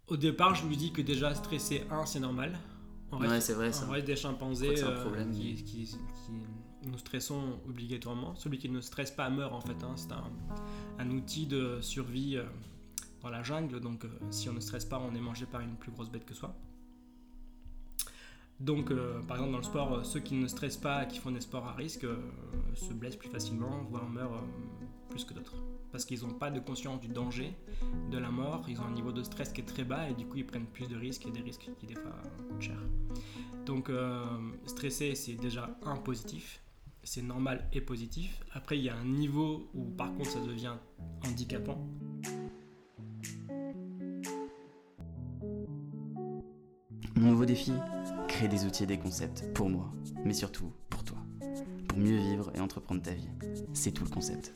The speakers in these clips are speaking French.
Au départ, je lui dis que déjà stresser, c'est normal. C'est vrai ça. On reste des chimpanzés c'est un problème, qui nous stressons obligatoirement. Celui qui ne stresse pas meurt en fait. C'est un outil de survie dans la jungle. Donc si on ne stresse pas, on est mangé par une plus grosse bête que soi. Donc par exemple dans le sport, ceux qui ne stressent pas, qui font des sports à risque, se blessent plus facilement, voire meurent plus que d'autres. Parce qu'ils n'ont pas de conscience du danger, de la mort, ils ont un niveau de stress qui est très bas et du coup ils prennent plus de risques et des risques qui des fois coûtent cher. Donc stresser, c'est déjà positif, c'est normal et positif. Après il y a un niveau où par contre ça devient handicapant. Mon nouveau défi, créer des outils et des concepts pour moi, mais surtout pour toi. Pour mieux vivre et entreprendre ta vie. C'est tout le concept.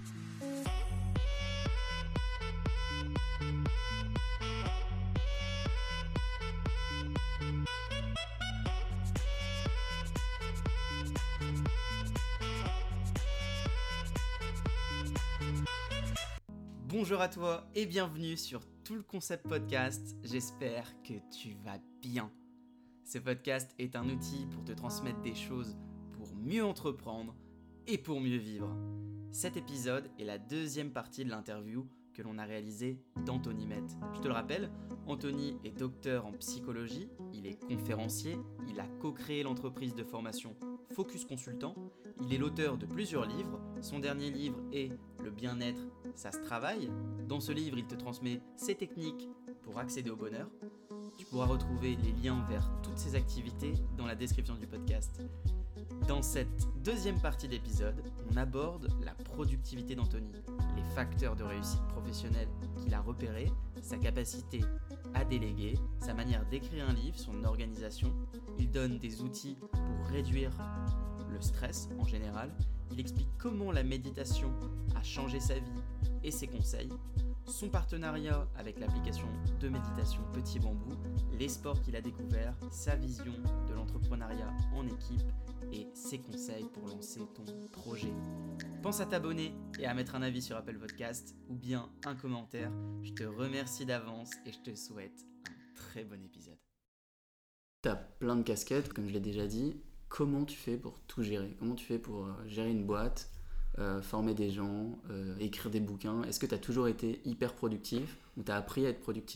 Bonjour à toi et bienvenue sur Tout le Concept Podcast. J'espère que tu vas bien. Ce podcast est un outil pour te transmettre des choses pour mieux entreprendre et pour mieux vivre. Cet épisode est la deuxième partie de l'interview que l'on a réalisée d'Anthony Met. Je te le rappelle, Anthony est docteur en psychologie, il est conférencier, il a co-créé l'entreprise de formation Focus Consultant, il est l'auteur de plusieurs livres. Son dernier livre est Le bien-être, ça se travaille. Dans ce livre, il te transmet ses techniques pour accéder au bonheur. Tu pourras retrouver les liens vers toutes ses activités dans la description du podcast. Dans cette deuxième partie d'épisode, on aborde la productivité d'Anthony, les facteurs de réussite professionnelle qu'il a repérés, sa capacité à déléguer, sa manière d'écrire un livre, son organisation. Il donne des outils pour réduire le stress en général. Il explique comment la méditation a changé sa vie et ses conseils, son partenariat avec l'application de méditation Petit Bambou, les sports qu'il a découverts, sa vision de l'entrepreneuriat en équipe et ses conseils pour lancer ton projet. Pense à t'abonner et à mettre un avis sur Apple Podcast ou bien un commentaire. Je te remercie d'avance et je te souhaite un très bon épisode. Tu as plein de casquettes, comme je l'ai déjà dit. Comment tu fais pour tout gérer ? Comment tu fais pour gérer une boîte, former des gens, écrire des bouquins ? Est-ce que tu as toujours été hyper productif ou tu as appris à être productif ?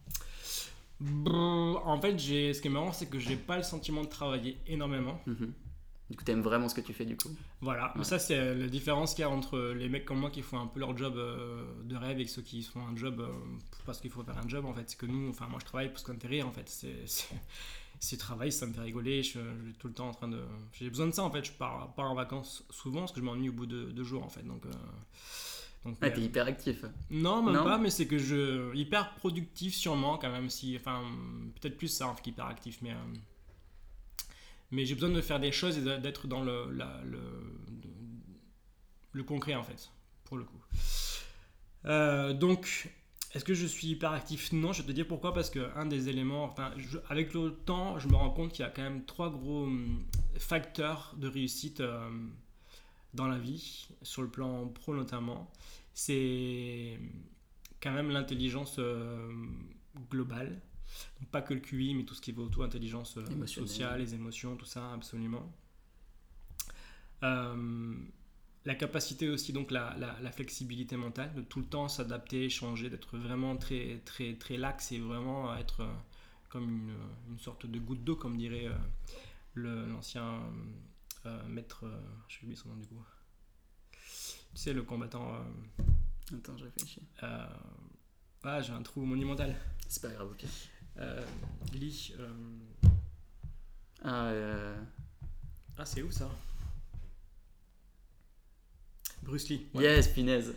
En fait, ce qui est marrant, c'est que j'ai pas le sentiment de travailler énormément. Du coup, tu aimes vraiment ce que tu fais du coup ? Voilà, mais ça c'est la différence qu'il y a entre les mecs comme moi qui font un peu leur job de rêve et ceux qui font un job parce qu'il faut faire un job en fait. C'est que nous, moi je travaille parce qu'on te rire en fait. C'est travail, ça me fait rigoler, je suis tout le temps en train de... J'ai besoin de ça en fait, je pars en vacances souvent parce que je m'ennuie au bout de 2 jours en fait. Donc, t'es hyper actif. Non, même pas, mais c'est que hyper productif sûrement quand même, peut-être plus ça qu'hyper actif, mais j'ai besoin de faire des choses et d'être dans le concret en fait, pour le coup. Donc, est-ce que je suis hyper actif ? Non, je vais te dire pourquoi, parce qu'un des éléments, avec le temps, je me rends compte qu'il y a quand même 3 gros facteurs de réussite dans la vie, sur le plan pro notamment. C'est quand même l'intelligence globale, donc pas que le QI, mais tout ce qui va autour, intelligence sociale, les émotions, tout ça, absolument. La capacité aussi, donc la flexibilité mentale, de tout le temps s'adapter, changer, d'être vraiment très, très, très lax et vraiment être comme une sorte de goutte d'eau, comme dirait l'ancien maître, je vais oublier son nom du coup. Tu sais, le combattant... Attends, je réfléchis. J'ai un trou monumental. C'est pas grave, ok. Lee... c'est où ça ? Bruce Lee. Voilà. Yes, punaise.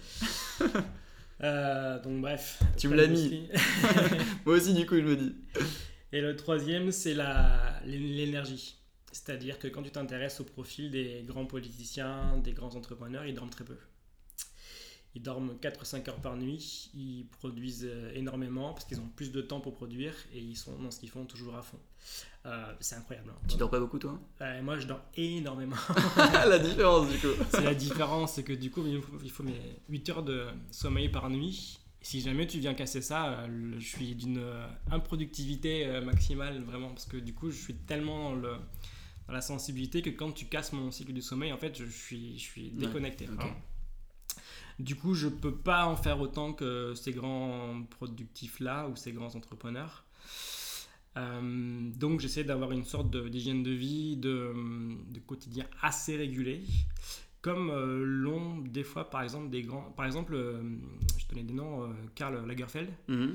Donc bref. Tu me l'as mis. Moi aussi, du coup, je me dis. Et le troisième, c'est l'énergie. C'est-à-dire que quand tu t'intéresses au profil des grands politiciens, des grands entrepreneurs, ils dorment très peu. Ils dorment 4-5 heures par nuit, ils produisent énormément parce qu'ils ont plus de temps pour produire et ils sont dans ce qu'ils font toujours à fond. C'est incroyable. Tu dors pas beaucoup toi ? Moi je dors énormément. La différence du coup. C'est la différence, c'est que du coup il faut mes 8 heures de sommeil par nuit. Si jamais tu viens casser ça, je suis d'une improductivité maximale, vraiment, parce que du coup, je suis tellement dans la sensibilité que quand tu casses mon cycle du sommeil, en fait, je suis déconnecté. Ok. Du coup, je peux pas en faire autant que ces grands productifs-là ou ces grands entrepreneurs. Donc, j'essaie d'avoir une sorte d'hygiène de vie, de quotidien assez régulé. Comme l'ont des fois, par exemple, des grands... Par exemple, je donnais des noms, Karl Lagerfeld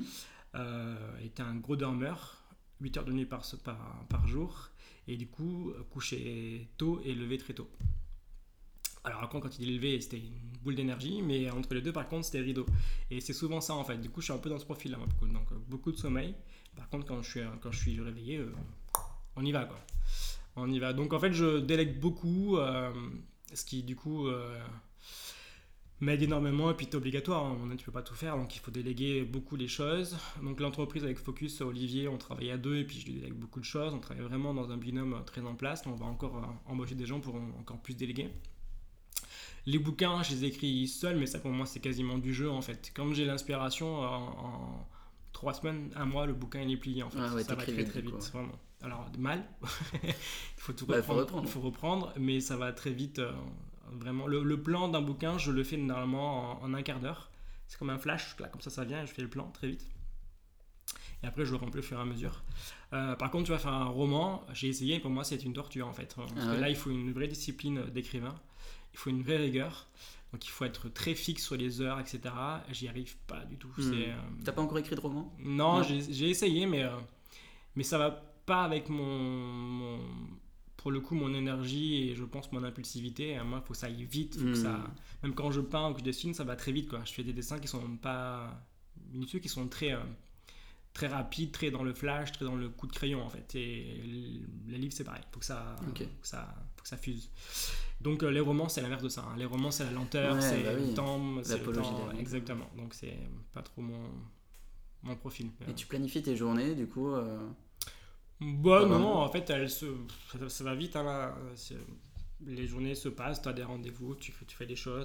était un gros dormeur, 8 heures de nuit par jour, et du coup, couchait tôt et levé très tôt. Alors quand il est levé, c'était une boule d'énergie, mais entre les deux, par contre, c'était rideau. Et c'est souvent ça, en fait. Du coup, je suis un peu dans ce profil-là, moi, donc beaucoup de sommeil. Par contre, quand je suis réveillé, on y va, quoi. On y va. Donc, en fait, je délègue beaucoup, ce qui, du coup, m'aide énormément. Et puis, c'est obligatoire, hein. Tu peux pas tout faire, donc il faut déléguer beaucoup les choses. Donc, l'entreprise avec Focus, Olivier, on travaille à deux, et puis je lui délègue beaucoup de choses. On travaille vraiment dans un binôme très en place. On va encore embaucher des gens pour encore plus déléguer. Les bouquins, je les écris seul, mais ça pour moi c'est quasiment du jeu en fait. Quand j'ai l'inspiration, en 3 semaines, 1 mois, le bouquin il est plié en fait. Ah ouais, ça va très vite, vraiment. Alors mal, il faut tout reprendre, il faut reprendre, mais ça va très vite. Vraiment, le plan d'un bouquin, je le fais normalement en 1 quart d'heure. C'est comme un flash, là, comme ça vient, et je fais le plan très vite. Et après, je le remplis au fur et à mesure. Par contre, tu vas faire un roman, j'ai essayé, et pour moi, c'est une torture en fait. Parce que là, il faut une vraie discipline d'écrivain. Il faut une vraie rigueur, donc il faut être très fixe sur les heures, etc. J'y arrive pas du tout. T'as pas encore écrit de roman ? Non. J'ai essayé, mais ça va pas avec pour le coup, mon énergie et je pense mon impulsivité. Moi, il faut que ça aille vite. Faut que ça... Même quand je peins ou que je dessine, ça va très vite, quoi. Je fais des dessins qui sont pas minutieux, qui sont très rapide, très dans le flash, très dans le coup de crayon en fait. Et les livres c'est pareil, faut que ça fuse. Donc les romans c'est l'inverse de ça, hein. Les romans c'est la lenteur, le temps, c'est le temps, exactement. Donc c'est pas trop mon profil. Et tu planifies tes journées du coup non, en fait ça va vite, hein, là. Les journées se passent, tu as des rendez-vous, tu fais des choses,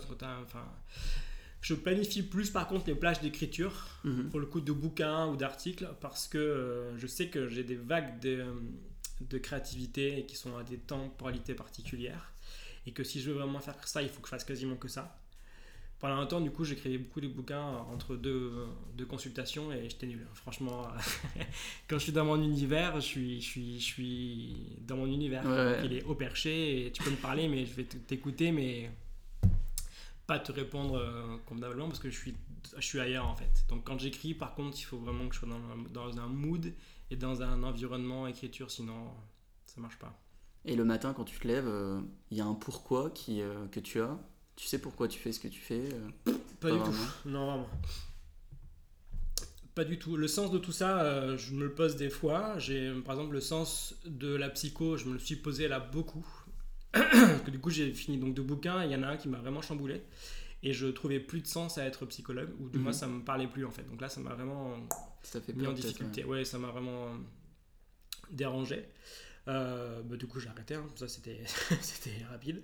je planifie plus par contre les plages d'écriture, pour le coup de bouquins ou d'articles, parce que je sais que j'ai des vagues de créativité qui sont à des temporalités particulières, et que si je veux vraiment faire ça, il faut que je fasse quasiment que ça. Pendant un temps, du coup, j'écrivais beaucoup de bouquins entre deux consultations et j'étais nul. Franchement, quand je suis dans mon univers, je suis dans mon univers. Ouais. Il est au perché et tu peux me parler, mais je vais t'écouter, mais pas te répondre convenablement parce que je suis ailleurs en fait. Donc quand j'écris, par contre, il faut vraiment que je sois dans un mood et dans un environnement écriture, sinon ça marche pas. Et le matin quand tu te lèves, il y a un pourquoi que tu as. Tu sais pourquoi tu fais ce que tu fais Pas du tout. Non, vraiment. Pas du tout. Le sens de tout ça, je me le pose des fois. J'ai par exemple le sens de la psycho, je me le suis posé là beaucoup. Parce que du coup j'ai fini donc 2 bouquins, il y en a un qui m'a vraiment chamboulé et je trouvais plus de sens à être psychologue, ou du moins ça me parlait plus en fait. Donc là ça m'a vraiment mis en difficulté. Ouais, ça m'a vraiment dérangé. Du coup j'ai arrêté, hein. Ça c'était rapide.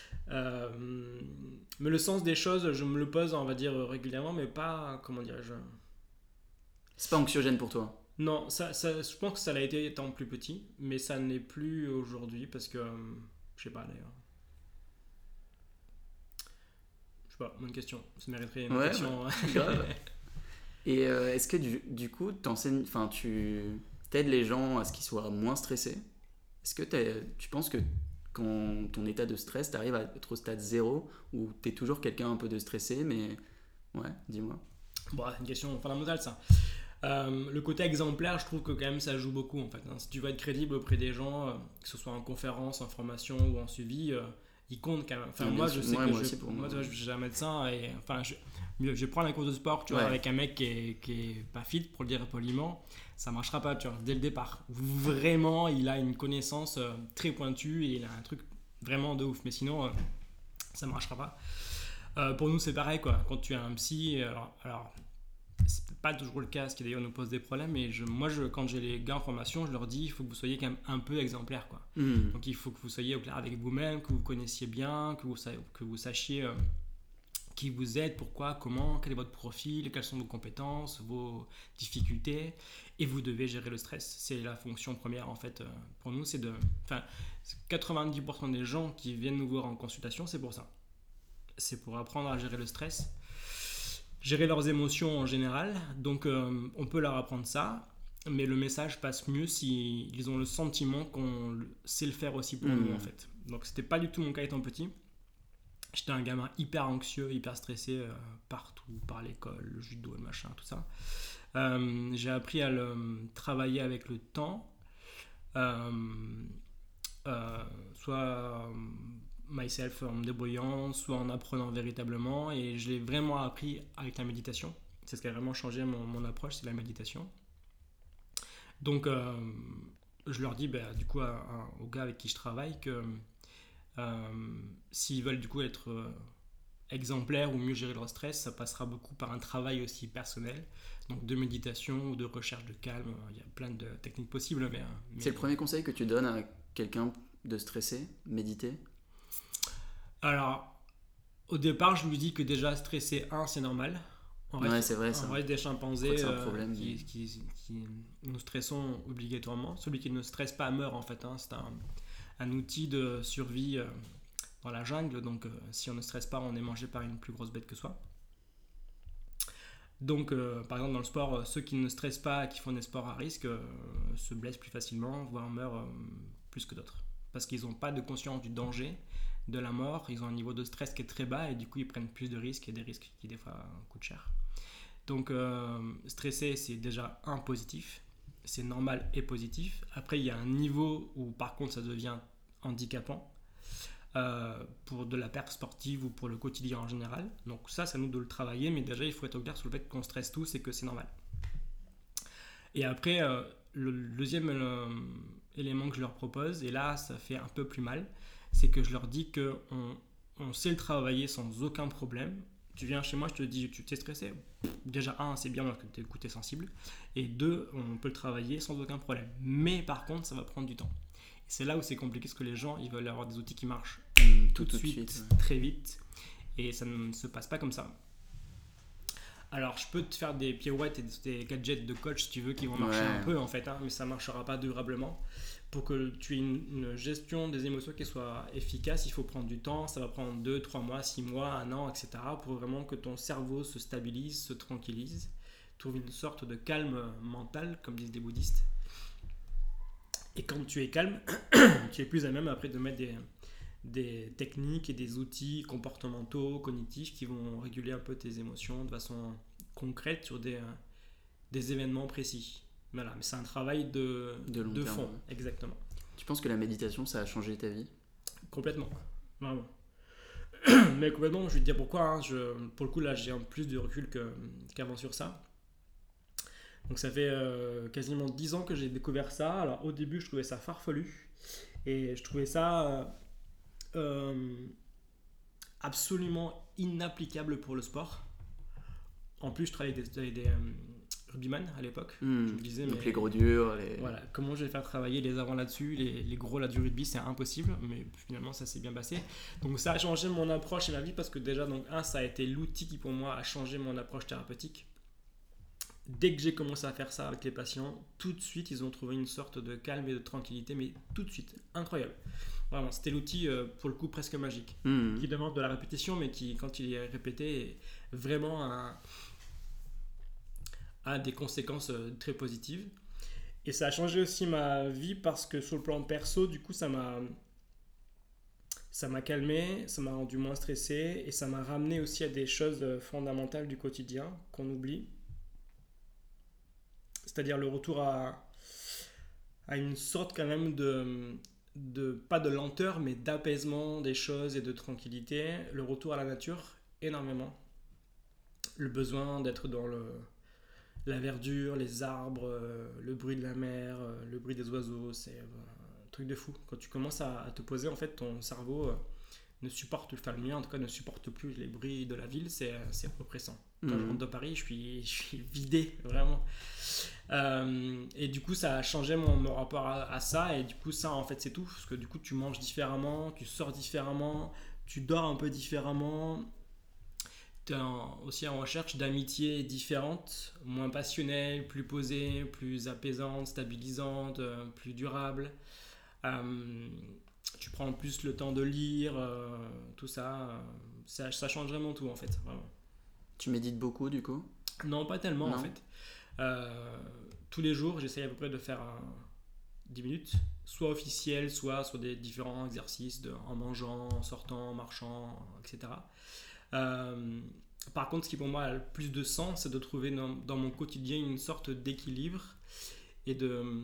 Mais le sens des choses, je me le pose, on va dire, régulièrement, mais pas, comment dirais-je, c'est pas anxiogène pour toi? Non, ça, je pense que ça l'a été étant plus petit, mais ça ne l'est plus aujourd'hui parce que je sais pas d'ailleurs. Je sais pas, bonne question. Ça mériterait une question. Grave. Et est-ce que du coup, tu t'aides les gens à ce qu'ils soient moins stressés? Est-ce que tu penses que quand ton état de stress, t'arrives à être au stade 0 ou t'es toujours quelqu'un un peu de stressé, mais ouais, dis-moi. Bon, c'est une question fondamentale ça. Le côté exemplaire, je trouve que quand même ça joue beaucoup en fait. Si tu veux être crédible auprès des gens, que ce soit en conférence, en formation ou en suivi, il compte quand même. Enfin, moi je sais que je suis un médecin et enfin je prends la course de sport, tu vois, avec un mec qui est pas fit, pour le dire poliment, ça marchera pas, tu vois, dès le départ. Vraiment, il a une connaissance très pointue et il a un truc vraiment de ouf, mais sinon ça marchera pas. Pour nous c'est pareil quoi. Quand tu as un psy, alors c'est pas toujours le cas, ce qui d'ailleurs nous pose des problèmes, mais quand j'ai les gars en formation, je leur dis il faut que vous soyez quand même un peu exemplaire quoi. Donc il faut que vous soyez au clair avec vous-même, que vous connaissiez bien, que vous sachiez qui vous êtes, pourquoi, comment, quel est votre profil, quelles sont vos compétences, vos difficultés, et vous devez gérer le stress. C'est la fonction première en fait pour nous, c'est 90% des gens qui viennent nous voir en consultation, c'est pour ça. C'est pour apprendre à gérer le stress, gérer leurs émotions en général. Donc on peut leur apprendre ça, mais le message passe mieux s'ils ont le sentiment qu'on sait le faire aussi pour nous en fait. Donc c'était pas du tout mon cas étant petit. J'étais un gamin hyper anxieux, hyper stressé partout, par l'école, le judo, le machin, tout ça. J'ai appris à le travailler avec le temps, soit myself en me débrouillant, soit en apprenant véritablement, et je l'ai vraiment appris avec la méditation. C'est ce qui a vraiment changé mon approche, c'est la méditation. Donc je leur dis du coup aux gars avec qui je travaille que s'ils veulent du coup être exemplaires ou mieux gérer leur stress, ça passera beaucoup par un travail aussi personnel, donc de méditation ou de recherche de calme. Il y a plein de techniques possibles, mais c'est le premier conseil que tu donnes à quelqu'un de stressé, méditer? Alors au départ je lui dis que déjà stresser, c'est normal. C'est vrai, ça. On reste des chimpanzés qui nous stressons obligatoirement. Celui qui ne stresse pas meurt en fait, c'est un outil de survie dans la jungle, donc si on ne stresse pas, on est mangé par une plus grosse bête que soi. Donc par exemple dans le sport, ceux qui ne stressent pas, qui font des sports à risque, se blessent plus facilement, voire meurent plus que d'autres, parce qu'ils n'ont pas de conscience du danger, de la mort. Ils ont un niveau de stress qui est très bas et du coup ils prennent plus de risques, et des risques qui des fois coûtent cher. Donc stresser, c'est déjà un positif, c'est normal et positif. Après il y a un niveau où par contre ça devient handicapant pour de la perf sportive ou pour le quotidien en général. Donc ça, c'est à nous de le travailler, mais déjà il faut être au clair sur le fait qu'on stresse tous et que c'est normal. Et après le deuxième élément que je leur propose, et là ça fait un peu plus mal, c'est que je leur dis qu'on sait le travailler sans aucun problème. Tu viens chez moi, je te dis, tu t'es stressé? Déjà, c'est bien parce que t'es sensible. Et 2, on peut le travailler sans aucun problème. Mais par contre, ça va prendre du temps. Et c'est là où c'est compliqué, parce que les gens, ils veulent avoir des outils qui marchent tout de suite, très vite. Et ça ne se passe pas comme ça. Alors, je peux te faire des pirouettes et des gadgets de coach, si tu veux, qui vont marcher un peu, en fait, mais ça ne marchera pas durablement. Pour que tu aies une gestion des émotions qui soit efficace, il faut prendre du temps. Ça va prendre 2, 3 mois, 6 mois, 1 an, etc. pour vraiment que ton cerveau se stabilise, se tranquillise, trouve une sorte de calme mental, comme disent des bouddhistes. Et quand tu es calme, tu es plus à même après de mettre des techniques et des outils comportementaux, cognitifs qui vont réguler un peu tes émotions de façon concrète sur des événements précis. Voilà, mais c'est un travail de fond, exactement. Tu penses que la méditation, ça a changé ta vie? Complètement, vraiment. Mais complètement, je vais te dire pourquoi. Pour le coup, là, j'ai un plus de recul qu'avant sur ça. Donc ça fait quasiment 10 ans que j'ai découvert ça. Alors au début, je trouvais ça farfelu. Et je trouvais ça absolument inapplicable pour le sport. En plus, je travaillais avec des rugbyman à l'époque, je me disais, donc les gros durs, voilà, comment je vais faire travailler les avants là-dessus, les gros là du rugby, c'est impossible, mais finalement ça s'est bien passé. Donc ça a changé mon approche et ma vie, parce que déjà donc ça a été l'outil qui pour moi a changé mon approche thérapeutique. Dès que j'ai commencé à faire ça avec les patients, tout de suite ils ont trouvé une sorte de calme et de tranquillité, mais tout de suite, incroyable. Vraiment, c'était l'outil pour le coup presque magique, qui demande de la répétition, mais qui quand il est répété est vraiment a des conséquences très positives. Et ça a changé aussi ma vie, parce que sur le plan perso, du coup, ça m'a calmé, ça m'a rendu moins stressé, et ça m'a ramené aussi à des choses fondamentales du quotidien qu'on oublie. C'est-à-dire le retour à une sorte quand même pas de lenteur, mais d'apaisement des choses et de tranquillité. Le retour à la nature, énormément. Le besoin d'être dans la verdure, les arbres, le bruit de la mer, le bruit des oiseaux, c'est un truc de fou. Quand tu commences à te poser, en fait, ton cerveau ne supporte, enfin le mien en tout cas, ne supporte plus les bruits de la ville, c'est oppressant. Quand je rentre de Paris, je suis vidé, vraiment. Et du coup, ça a changé mon rapport à ça, et du coup, ça, en fait, c'est tout. Parce que du coup, tu manges différemment, tu sors différemment, tu dors un peu différemment. tu es aussi en recherche d'amitiés différentes, moins passionnelles, plus posées, plus apaisantes, stabilisantes, plus durables. Tu prends plus le temps de lire, tout ça, ça change vraiment tout en fait. Vraiment. Tu médites beaucoup du coup? Non, pas tellement Non. en fait. Tous les jours, j'essaye à peu près de faire 10 minutes, soit officiel, soit sur des différents exercices en mangeant, en sortant, en marchant, etc. Par contre, ce qui pour moi a le plus de sens, c'est de trouver dans mon quotidien une sorte d'équilibre et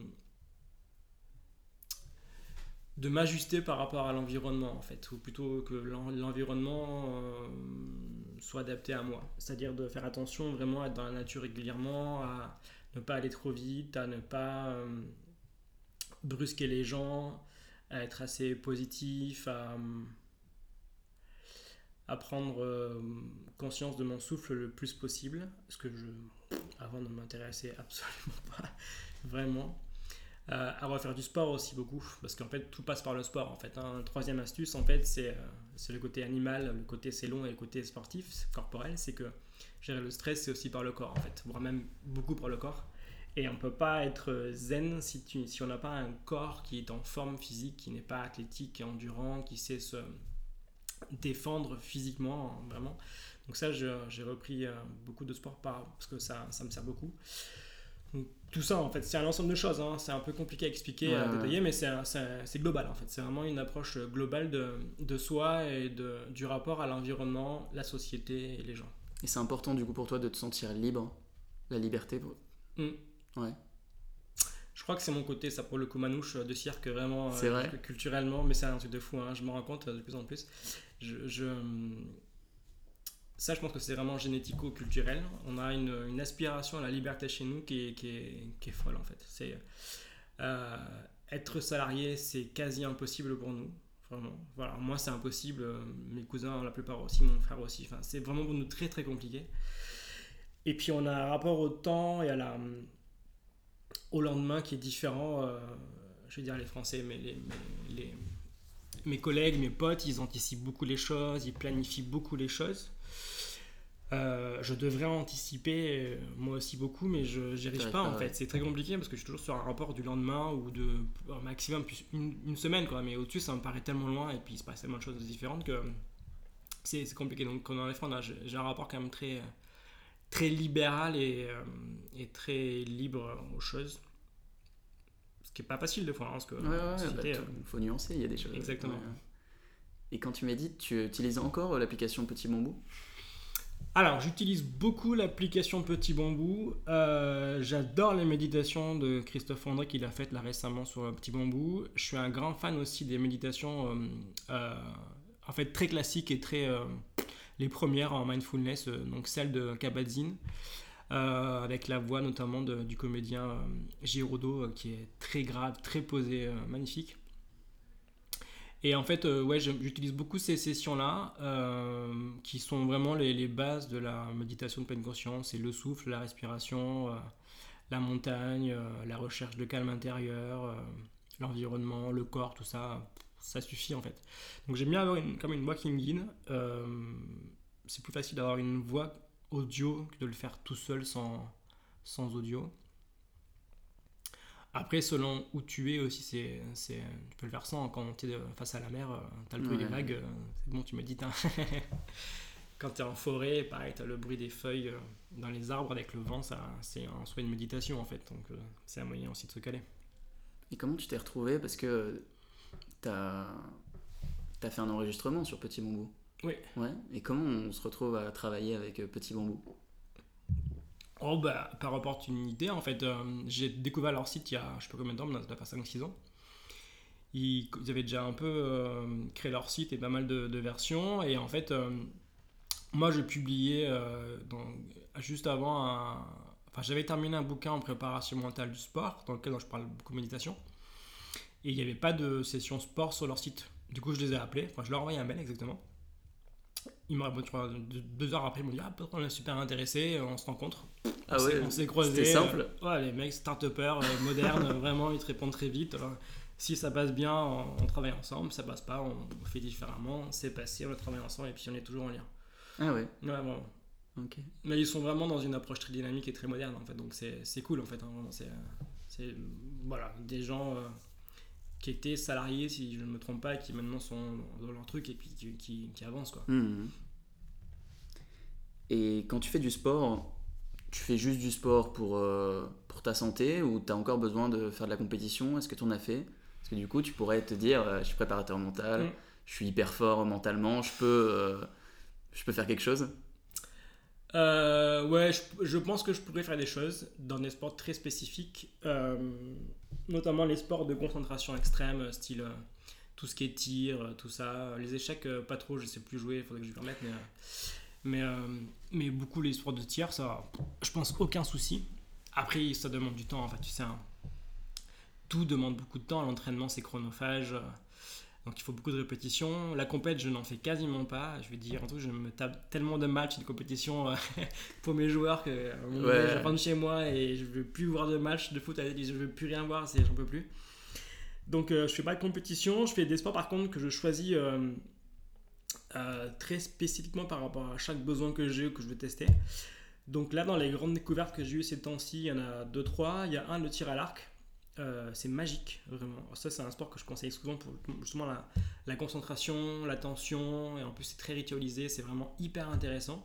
de m'ajuster par rapport à l'environnement en fait, ou plutôt que l'environnement soit adapté à moi. C'est-à-dire de faire attention vraiment à être dans la nature régulièrement, à ne pas aller trop vite, à ne pas brusquer les gens, à être assez positif, à prendre conscience de mon souffle le plus possible, parce que avant ne m'intéressait absolument pas vraiment. À refaire du sport aussi beaucoup, parce qu'en fait tout passe par le sport en fait. Troisième astuce en fait, c'est le côté animal, le côté c'est long et le côté sportif, corporel, c'est que gérer le stress c'est aussi par le corps en fait, voire même beaucoup par le corps. Et on peut pas être zen si on n'a pas un corps qui est en forme physique, qui n'est pas athlétique et endurant, qui sait se défendre physiquement vraiment. Donc ça j'ai repris beaucoup de sport parce que ça me sert beaucoup. Donc, tout ça en fait c'est un ensemble de choses, c'est un peu compliqué à expliquer, à détailler, mais c'est global en fait, c'est vraiment une approche globale de soi et du rapport à l'environnement, la société et les gens. Et c'est important du coup pour toi de te sentir libre, la liberté Ouais. Je crois que c'est mon côté, ça pour le coup manouche de cirque vraiment C'est vrai. culturellement, mais c'est un truc de fou, je me rends compte de plus en plus. Ça, je pense que c'est vraiment génético-culturel. On a une aspiration à la liberté chez nous qui est folle en fait. Être salarié, c'est quasi impossible pour nous. Vraiment. Voilà, moi, c'est impossible. Mes cousins, la plupart aussi, mon frère aussi. Enfin, c'est vraiment pour nous très très compliqué. Et puis, on a un rapport au temps et au lendemain qui est différent. Je veux dire les Français, mais mes collègues, mes potes, ils anticipent beaucoup les choses, ils planifient beaucoup les choses. Je devrais anticiper moi aussi beaucoup, mais je n'y arrive pas en fait. C'est très compliqué parce que je suis toujours sur un rapport du lendemain ou de au maximum plus une semaine quoi. Mais au-dessus, ça me paraît tellement loin et puis il se passe tellement de choses différentes que c'est compliqué. Donc quand on est enfant, j'ai un rapport quand même très très libéral et très libre aux choses. Ce qui est pas facile de fois, parce que faut nuancer, il y a des choses. Exactement. Et quand tu médites, tu utilises encore l'application Petit Bambou? Alors, j'utilise beaucoup l'application Petit Bambou. J'adore les méditations de Christophe André qu'il a faites là récemment sur Petit Bambou. Je suis un grand fan aussi des méditations en fait très classiques et très les premières en mindfulness, donc celle de Kabat-Zinn. Avec la voix notamment du comédien Giroudot qui est très grave, très posé, magnifique. Et en fait, j'utilise beaucoup ces sessions-là qui sont vraiment les bases de la méditation de pleine conscience. C'est le souffle, la respiration, la montagne, la recherche de calme intérieur, l'environnement, le corps, tout ça. Ça suffit en fait. Donc j'aime bien avoir comme une voix qui me guide. C'est plus facile d'avoir une voix audio que de le faire tout seul sans audio. Après, selon où tu es aussi, tu peux le faire sans. Quand tu es face à la mer, tu as le bruit des vagues, c'est bon, tu médites. Quand tu es en forêt, pareil, tu as le bruit des feuilles dans les arbres avec le vent, c'est en soi une méditation en fait. Donc c'est un moyen aussi de se caler. Et comment tu t'es retrouvé? Parce que tu as fait un enregistrement sur Petit Bambou. Oui. Ouais. Et comment on se retrouve à travailler avec Petit Bambou? Par opportunité, en fait, j'ai découvert leur site il y a je sais pas combien de temps, ça doit faire 5-6 ans. Ils avaient déjà un peu créé leur site et pas mal de versions. Et en fait, moi je publiais juste avant j'avais terminé un bouquin en préparation mentale du sport, dans lequel je parle beaucoup de méditation. Et il n'y avait pas de session sport sur leur site. Du coup, je les ai appelés, je leur ai envoyé un mail exactement. Ils m'ont répondu 2 heures après, ils m'ont dit on est super intéressé, on se rencontre. On s'est croisés. C'était simple. Les mecs start-upers modernes, vraiment ils te répondent très vite. Si ça passe bien, on travaille ensemble. Ça passe pas, on fait différemment. C'est passé, on a travaillé ensemble et puis on est toujours en lien. Ah ouais. Ouais, vraiment. Ok. Mais ils sont vraiment dans une approche très dynamique et très moderne en fait, donc c'est cool en fait, hein, vraiment, voilà, des gens qui étaient salariés si je ne me trompe pas, et qui maintenant sont dans leur truc et puis qui avancent quoi. Mhm. Et quand tu fais du sport, tu fais juste du sport pour ta santé ou tu as encore besoin de faire de la compétition? Est-ce que tu en as fait? Parce que du coup, tu pourrais te dire, je suis préparateur mental, Mm. je suis hyper fort mentalement, je peux faire quelque chose? Ouais, je pense que je pourrais faire des choses dans des sports très spécifiques, notamment les sports de concentration extrême, style tout ce qui est tir, tout ça. Les échecs, pas trop, je sais plus jouer, il faudrait que je m'y remette, mais beaucoup les sports de tir, ça, je pense aucun souci. Après, ça demande du temps, en fait, tu sais, hein. Tout demande beaucoup de temps, l'entraînement c'est chronophage, donc il faut beaucoup de répétitions. La compète, je n'en fais quasiment pas. Je vais dire, en tout, je me tape tellement de matchs et de compétitions pour mes joueurs qu'à un moment donné, je rentre chez moi et je ne veux plus voir de matchs de foot, je ne veux plus rien voir, j'en peux plus. Donc je ne fais pas de compétition. Je fais des sports par contre que je choisis très spécifiquement par rapport à chaque besoin que j'ai ou que je veux tester. Donc là, dans les grandes découvertes que j'ai eues ces temps-ci, il y en a 2-3. Il y a le tir à l'arc. C'est magique, vraiment. Ça, c'est un sport que je conseille souvent pour justement la concentration, l'attention, et en plus, c'est très ritualisé, c'est vraiment hyper intéressant.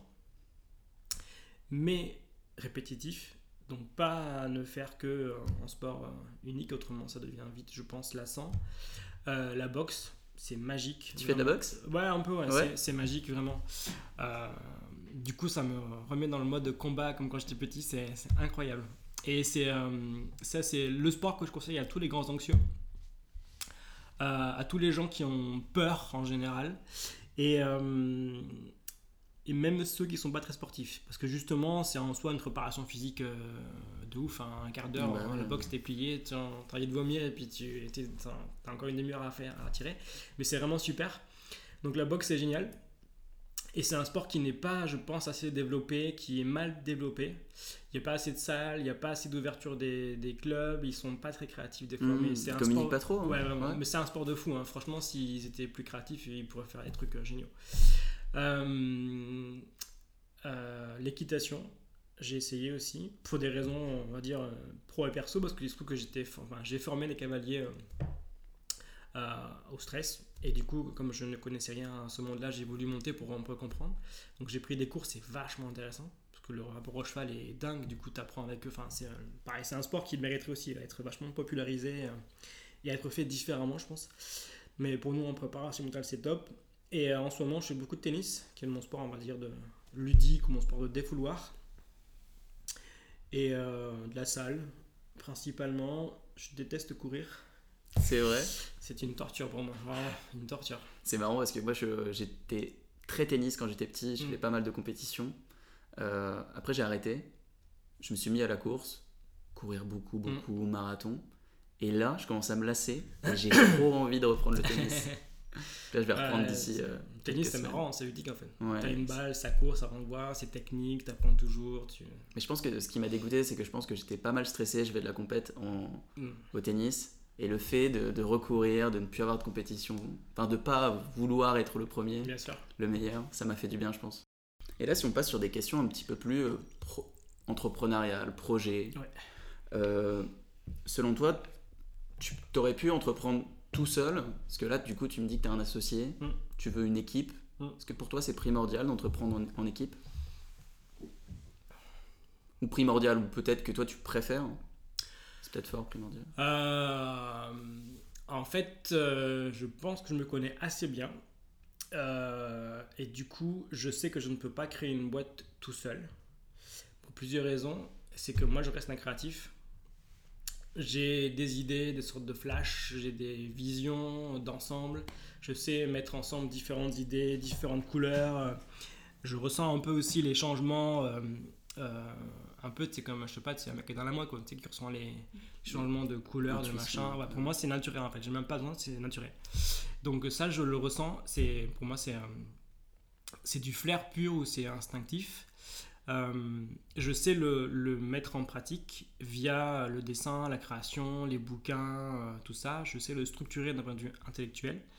Mais répétitif, donc pas à ne faire que en sport unique, autrement ça devient vite, je pense, lassant. La boxe, c'est magique. Tu fais de la boxe? Ouais, un peu, ouais. Ouais. C'est magique, vraiment. Du coup, ça me remet dans le mode combat comme quand j'étais petit, c'est incroyable. Et ça, c'est le sport que je conseille à tous les grands anxieux, à tous les gens qui ont peur en général, et, euh, et même ceux qui ne sont pas très sportifs. Parce que justement, c'est en soi une préparation physique de ouf. Hein, un quart d'heure, la boxe, t'es plié, t'as envie de vomir, et puis t'as encore une demi-heure à faire, à tirer. Mais c'est vraiment super. Donc la boxe, c'est génial. Et c'est un sport qui n'est pas, je pense, assez développé, qui est mal développé. Il n'y a pas assez de salles, il n'y a pas assez d'ouverture des clubs, ils ne sont pas très créatifs des fois. Mais c'est un communiquent sport... pas trop. Hein. Ouais, vraiment. Ouais. Mais c'est un sport de fou. Hein. Franchement, s'ils étaient plus créatifs, ils pourraient faire des trucs géniaux. L'équitation, j'ai essayé aussi, pour des raisons, on va dire, pro et perso, parce qu'il se trouve que j'ai formé des cavaliers au stress. Et du coup, comme je ne connaissais rien à ce monde-là, j'ai voulu monter pour un peu comprendre. Donc j'ai pris des cours, c'est vachement intéressant. Parce que le rapport au cheval est dingue, du coup tu apprends avec eux. Enfin, pareil, c'est un sport qui mériterait aussi à être vachement popularisé et à être fait différemment, je pense. Mais pour nous, en préparation mentale, c'est top. Et en ce moment, je fais beaucoup de tennis, qui est mon sport, on va dire, de ludique, ou mon sport de défouloir. Et de la salle, principalement. Je déteste courir. C'est vrai. C'est une torture pour moi, vraiment une torture. C'est marrant parce que moi j'étais très tennis quand j'étais petit, je faisais pas mal de compétitions. Après j'ai arrêté, je me suis mis à la course, courir beaucoup, marathon. Et là je commence à me lasser et j'ai trop envie de reprendre le tennis. Là je vais reprendre d'ici. Le tennis c'est marrant, c'est ludique en fait. Ouais. T'as une balle, ça court, ça renvoie, c'est technique, t'apprends toujours. Mais je pense que ce qui m'a dégoûté, c'est que je pense que j'étais pas mal stressé, je vais de la compète au tennis. Et le fait de recourir, de ne plus avoir de compétition, enfin de ne pas vouloir être le premier, bien sûr, le meilleur, ça m'a fait du bien, je pense. Et là, si on passe sur des questions un petit peu plus entrepreneuriales, projet, selon toi, tu aurais pu entreprendre tout seul, parce que là, du coup, tu me dis que tu es un associé, tu veux une équipe. Est-ce que pour toi, c'est primordial d'entreprendre en équipe? Ou primordial, ou peut-être que toi, tu préfères? C'est peut-être fort, primordial. En fait, je pense que je me connais assez bien. Et du coup, je sais que je ne peux pas créer une boîte tout seul. Pour plusieurs raisons. C'est que moi, je reste un créatif. J'ai des idées, des sortes de flash, j'ai des visions d'ensemble. Je sais mettre ensemble différentes idées, différentes couleurs. Je ressens un peu aussi les changements. Un peu, c'est comme, je sais pas, c'est un mec qui est dans la mode, quoi, tu sais, qui ressent les changements de couleurs, de machin. Ouais, pour moi, c'est naturel en fait, j'ai même pas besoin, c'est naturel. Donc, ça, je le ressens, pour moi, c'est du flair pur ou c'est instinctif. Je sais le mettre en pratique via le dessin, la création, les bouquins, tout ça. Je sais le structurer d'un point de vue intellectuel.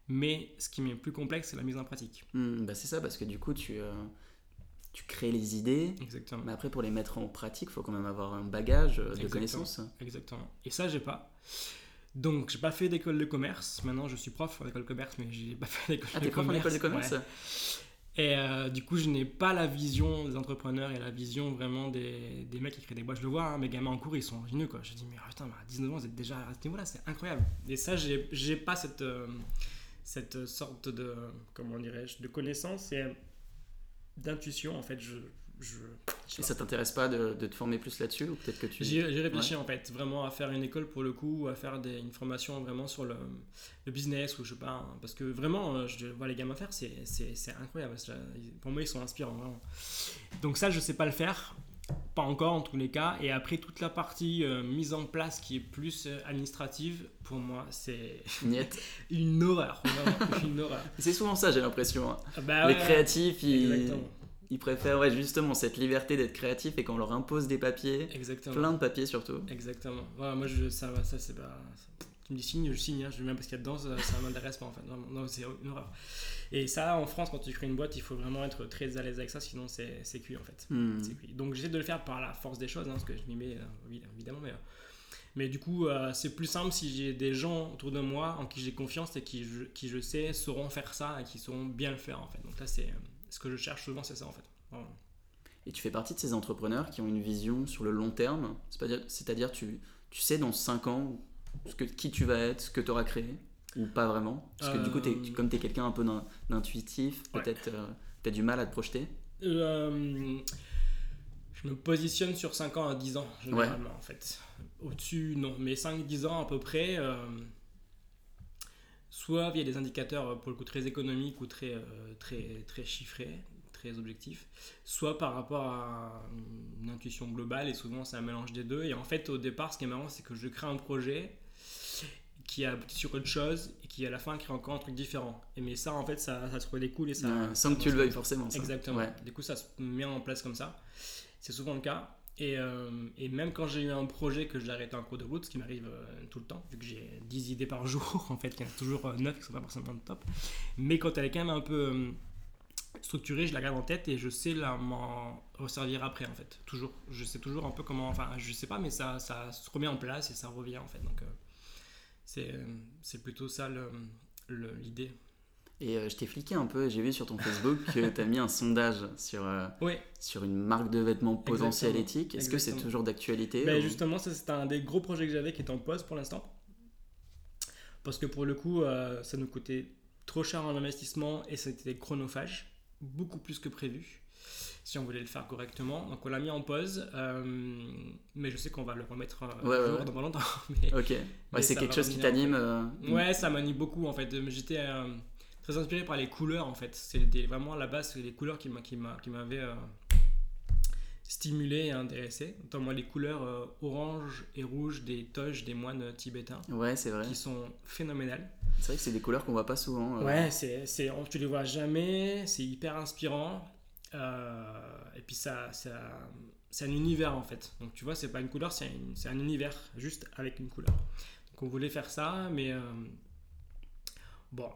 Mais ce qui m'est plus complexe, c'est la mise en pratique. C'est ça, parce que du coup, tu crées les idées, Exactement. mais après, pour les mettre en pratique, il faut quand même avoir un bagage de connaissances. Exactement. Et ça, j'ai pas. Donc, j'ai pas fait d'école de commerce. Maintenant, je suis prof en école de commerce, mais j'ai pas fait d'école de commerce. Ah, t'es prof en école de commerce? Ouais. Et du coup, je n'ai pas la vision des entrepreneurs et la vision vraiment des mecs qui créent des boîtes. Je le vois, hein, mes gamins en cours, ils sont ingénieux, quoi. Je dis, mais putain, à 19 ans, vous êtes déjà à ce niveau-là, c'est incroyable. Et ça, j'ai pas cette sorte de, comment dirais-je, de connaissance et d'intuition, en fait. Et ça t'intéresse pas de te former plus là-dessus, ou peut-être que tu... J'ai réfléchi en fait vraiment à faire une école pour le coup, ou à faire une formation vraiment sur le business, ou je sais pas, hein, parce que vraiment je vois les gamins faire, c'est incroyable. Pour moi ils sont inspirants vraiment. Donc ça je sais pas le faire, pas encore en tous les cas. Et après toute la partie mise en place qui est plus administrative, pour moi c'est une horreur, vraiment, une horreur. C'est souvent ça, j'ai l'impression, hein. Bah, les créatifs ils préfèrent justement cette liberté d'être créatif, et qu'on leur impose des papiers, plein de papiers surtout. Exactement. Voilà, moi ça c'est pas. Tu me dis signe, je signe, hein, je même parce qu'il y a dedans, ça m'intéresse pas en fait. Non, c'est une horreur. Et ça, en France, quand tu crées une boîte, il faut vraiment être très à l'aise avec ça, sinon c'est cuit en fait. C'est cuit. Donc j'essaie de le faire par la force des choses, hein, parce que je m'y mets évidemment, mais du coup, c'est plus simple si j'ai des gens autour de moi en qui j'ai confiance et qui je sais sauront faire ça et qui sauront bien le faire en fait. Donc là, c'est ce que je cherche souvent, c'est ça en fait. Voilà. Et tu fais partie de ces entrepreneurs qui ont une vision sur le long terme, c'est-à-dire tu sais dans 5 ans qui tu vas être, ce que tu auras créé, ou pas vraiment? Parce que du coup, comme tu es quelqu'un un peu d'intuitif, peut-être tu as du mal à te projeter. Je me positionne sur 5 ans à 10 ans généralement en fait. Au-dessus, non, mais 5-10 ans à peu près. Soit via des indicateurs pour le coup très économiques ou très chiffrés, très objectifs, soit par rapport à une intuition globale, et souvent c'est un mélange des deux. Et en fait au départ ce qui est marrant, c'est que je crée un projet qui aboutit sur autre chose et qui à la fin crée encore un truc différent. Mais ça en fait ça se redécoule et ça... sans que tu le veuilles forcément. Ça. Exactement. Ouais. Du coup ça se met en place comme ça. C'est souvent le cas. Et même quand j'ai eu un projet que j'ai arrêté en cours de route, ce qui m'arrive tout le temps, vu que j'ai 10 idées par jour, en fait, il y en a toujours 9 qui ne sont pas forcément de top. Mais quand elle est quand même un peu structurée, je la garde en tête et je sais m'en resservir après, en fait. Toujours. Je sais toujours un peu comment... Enfin, je sais pas, mais ça se remet en place et ça revient, en fait. Donc, c'est plutôt ça l'idée. Et je t'ai fliqué un peu, j'ai vu sur ton Facebook que tu as mis un sondage sur une marque de vêtements potentielle éthique. Est-ce que c'est toujours d'actualité? Justement, ça c'est un des gros projets que j'avais qui est en pause pour l'instant. Parce que pour le coup, ça nous coûtait trop cher en investissement et c'était chronophage, beaucoup plus que prévu, si on voulait le faire correctement. Donc on l'a mis en pause, mais je sais qu'on va le remettre dans pas longtemps. Mais c'est quelque chose qui t'anime Ouais, ça m'anime beaucoup en fait. J'étais... très inspiré par les couleurs en fait. C'est vraiment à la base, c'est les couleurs qui m'avaient stimulé et intéressé. Notamment les couleurs orange et rouge des toges des moines tibétains. Ouais, c'est vrai. Qui sont phénoménales. C'est vrai que c'est des couleurs qu'on voit pas souvent. Ouais, tu les vois jamais. C'est hyper inspirant. Et puis c'est un univers en fait. Donc tu vois, c'est pas une couleur, c'est un univers juste avec une couleur. Donc on voulait faire ça, mais bon,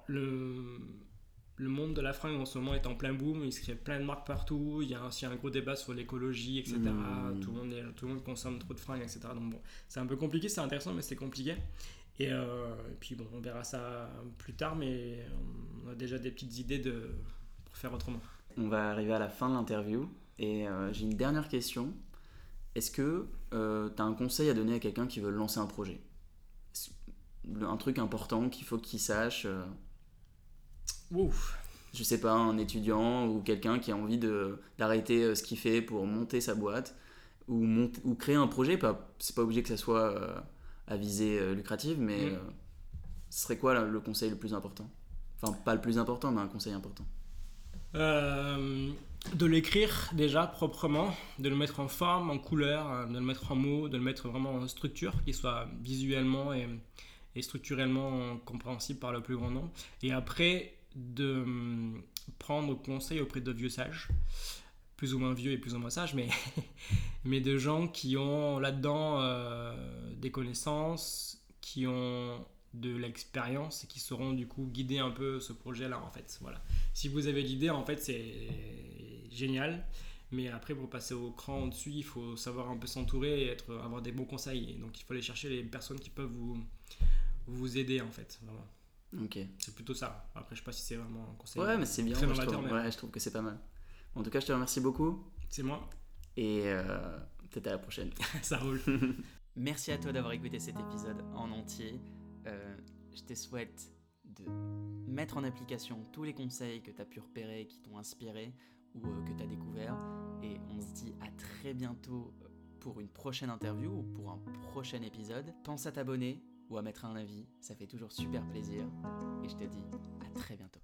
le monde de la fringue en ce moment est en plein boom, il se crée plein de marques partout, il y a aussi un gros débat sur l'écologie, etc. Tout le monde consomme trop de fringues, etc. Donc bon, c'est un peu compliqué, c'est intéressant, mais c'est compliqué. Et puis bon, on verra ça plus tard, mais on a déjà des petites idées pour faire autrement. On va arriver à la fin de l'interview, et j'ai une dernière question. Est-ce que tu as un conseil à donner à quelqu'un qui veut lancer un projet? Un truc important qu'il faut qu'il sache, je sais pas, un étudiant ou quelqu'un qui a envie d'arrêter ce qu'il fait pour monter sa boîte ou créer un projet, c'est pas obligé que ça soit à visée lucrative, mais ce serait quoi le conseil le plus important? Enfin, pas le plus important, mais un conseil important. De l'écrire déjà proprement, de le mettre en forme, en couleur, de le mettre en mots, de le mettre vraiment en structure, qu'il soit visuellement et structurellement compréhensible par le plus grand nombre. Et après, de prendre conseil auprès de vieux sages, plus ou moins vieux et plus ou moins sages, mais de gens qui ont là-dedans des connaissances, qui ont de l'expérience et qui sauront du coup guider un peu ce projet-là en fait. Voilà. Si vous avez l'idée, en fait, c'est génial. Mais après, pour passer au cran au-dessus, il faut savoir un peu s'entourer et avoir des bons conseils. Et donc, il faut aller chercher les personnes qui peuvent vous aider, en fait. Vraiment. Ok. C'est plutôt ça. Après, je sais pas si c'est vraiment un conseil Ouais, mais c'est bien. très Moi, novateur. je trouve que c'est pas mal. En tout cas, je te remercie beaucoup. C'est moi. Et peut-être à la prochaine. Ça roule. Merci à toi d'avoir écouté cet épisode en entier. Je te souhaite de mettre en application tous les conseils que tu as pu repérer, qui t'ont inspiré ou que tu as découvert. Et on se dit à très bientôt pour une prochaine interview ou pour un prochain épisode. Pense à t'abonner ou à mettre un avis, ça fait toujours super plaisir. Et je te dis à très bientôt.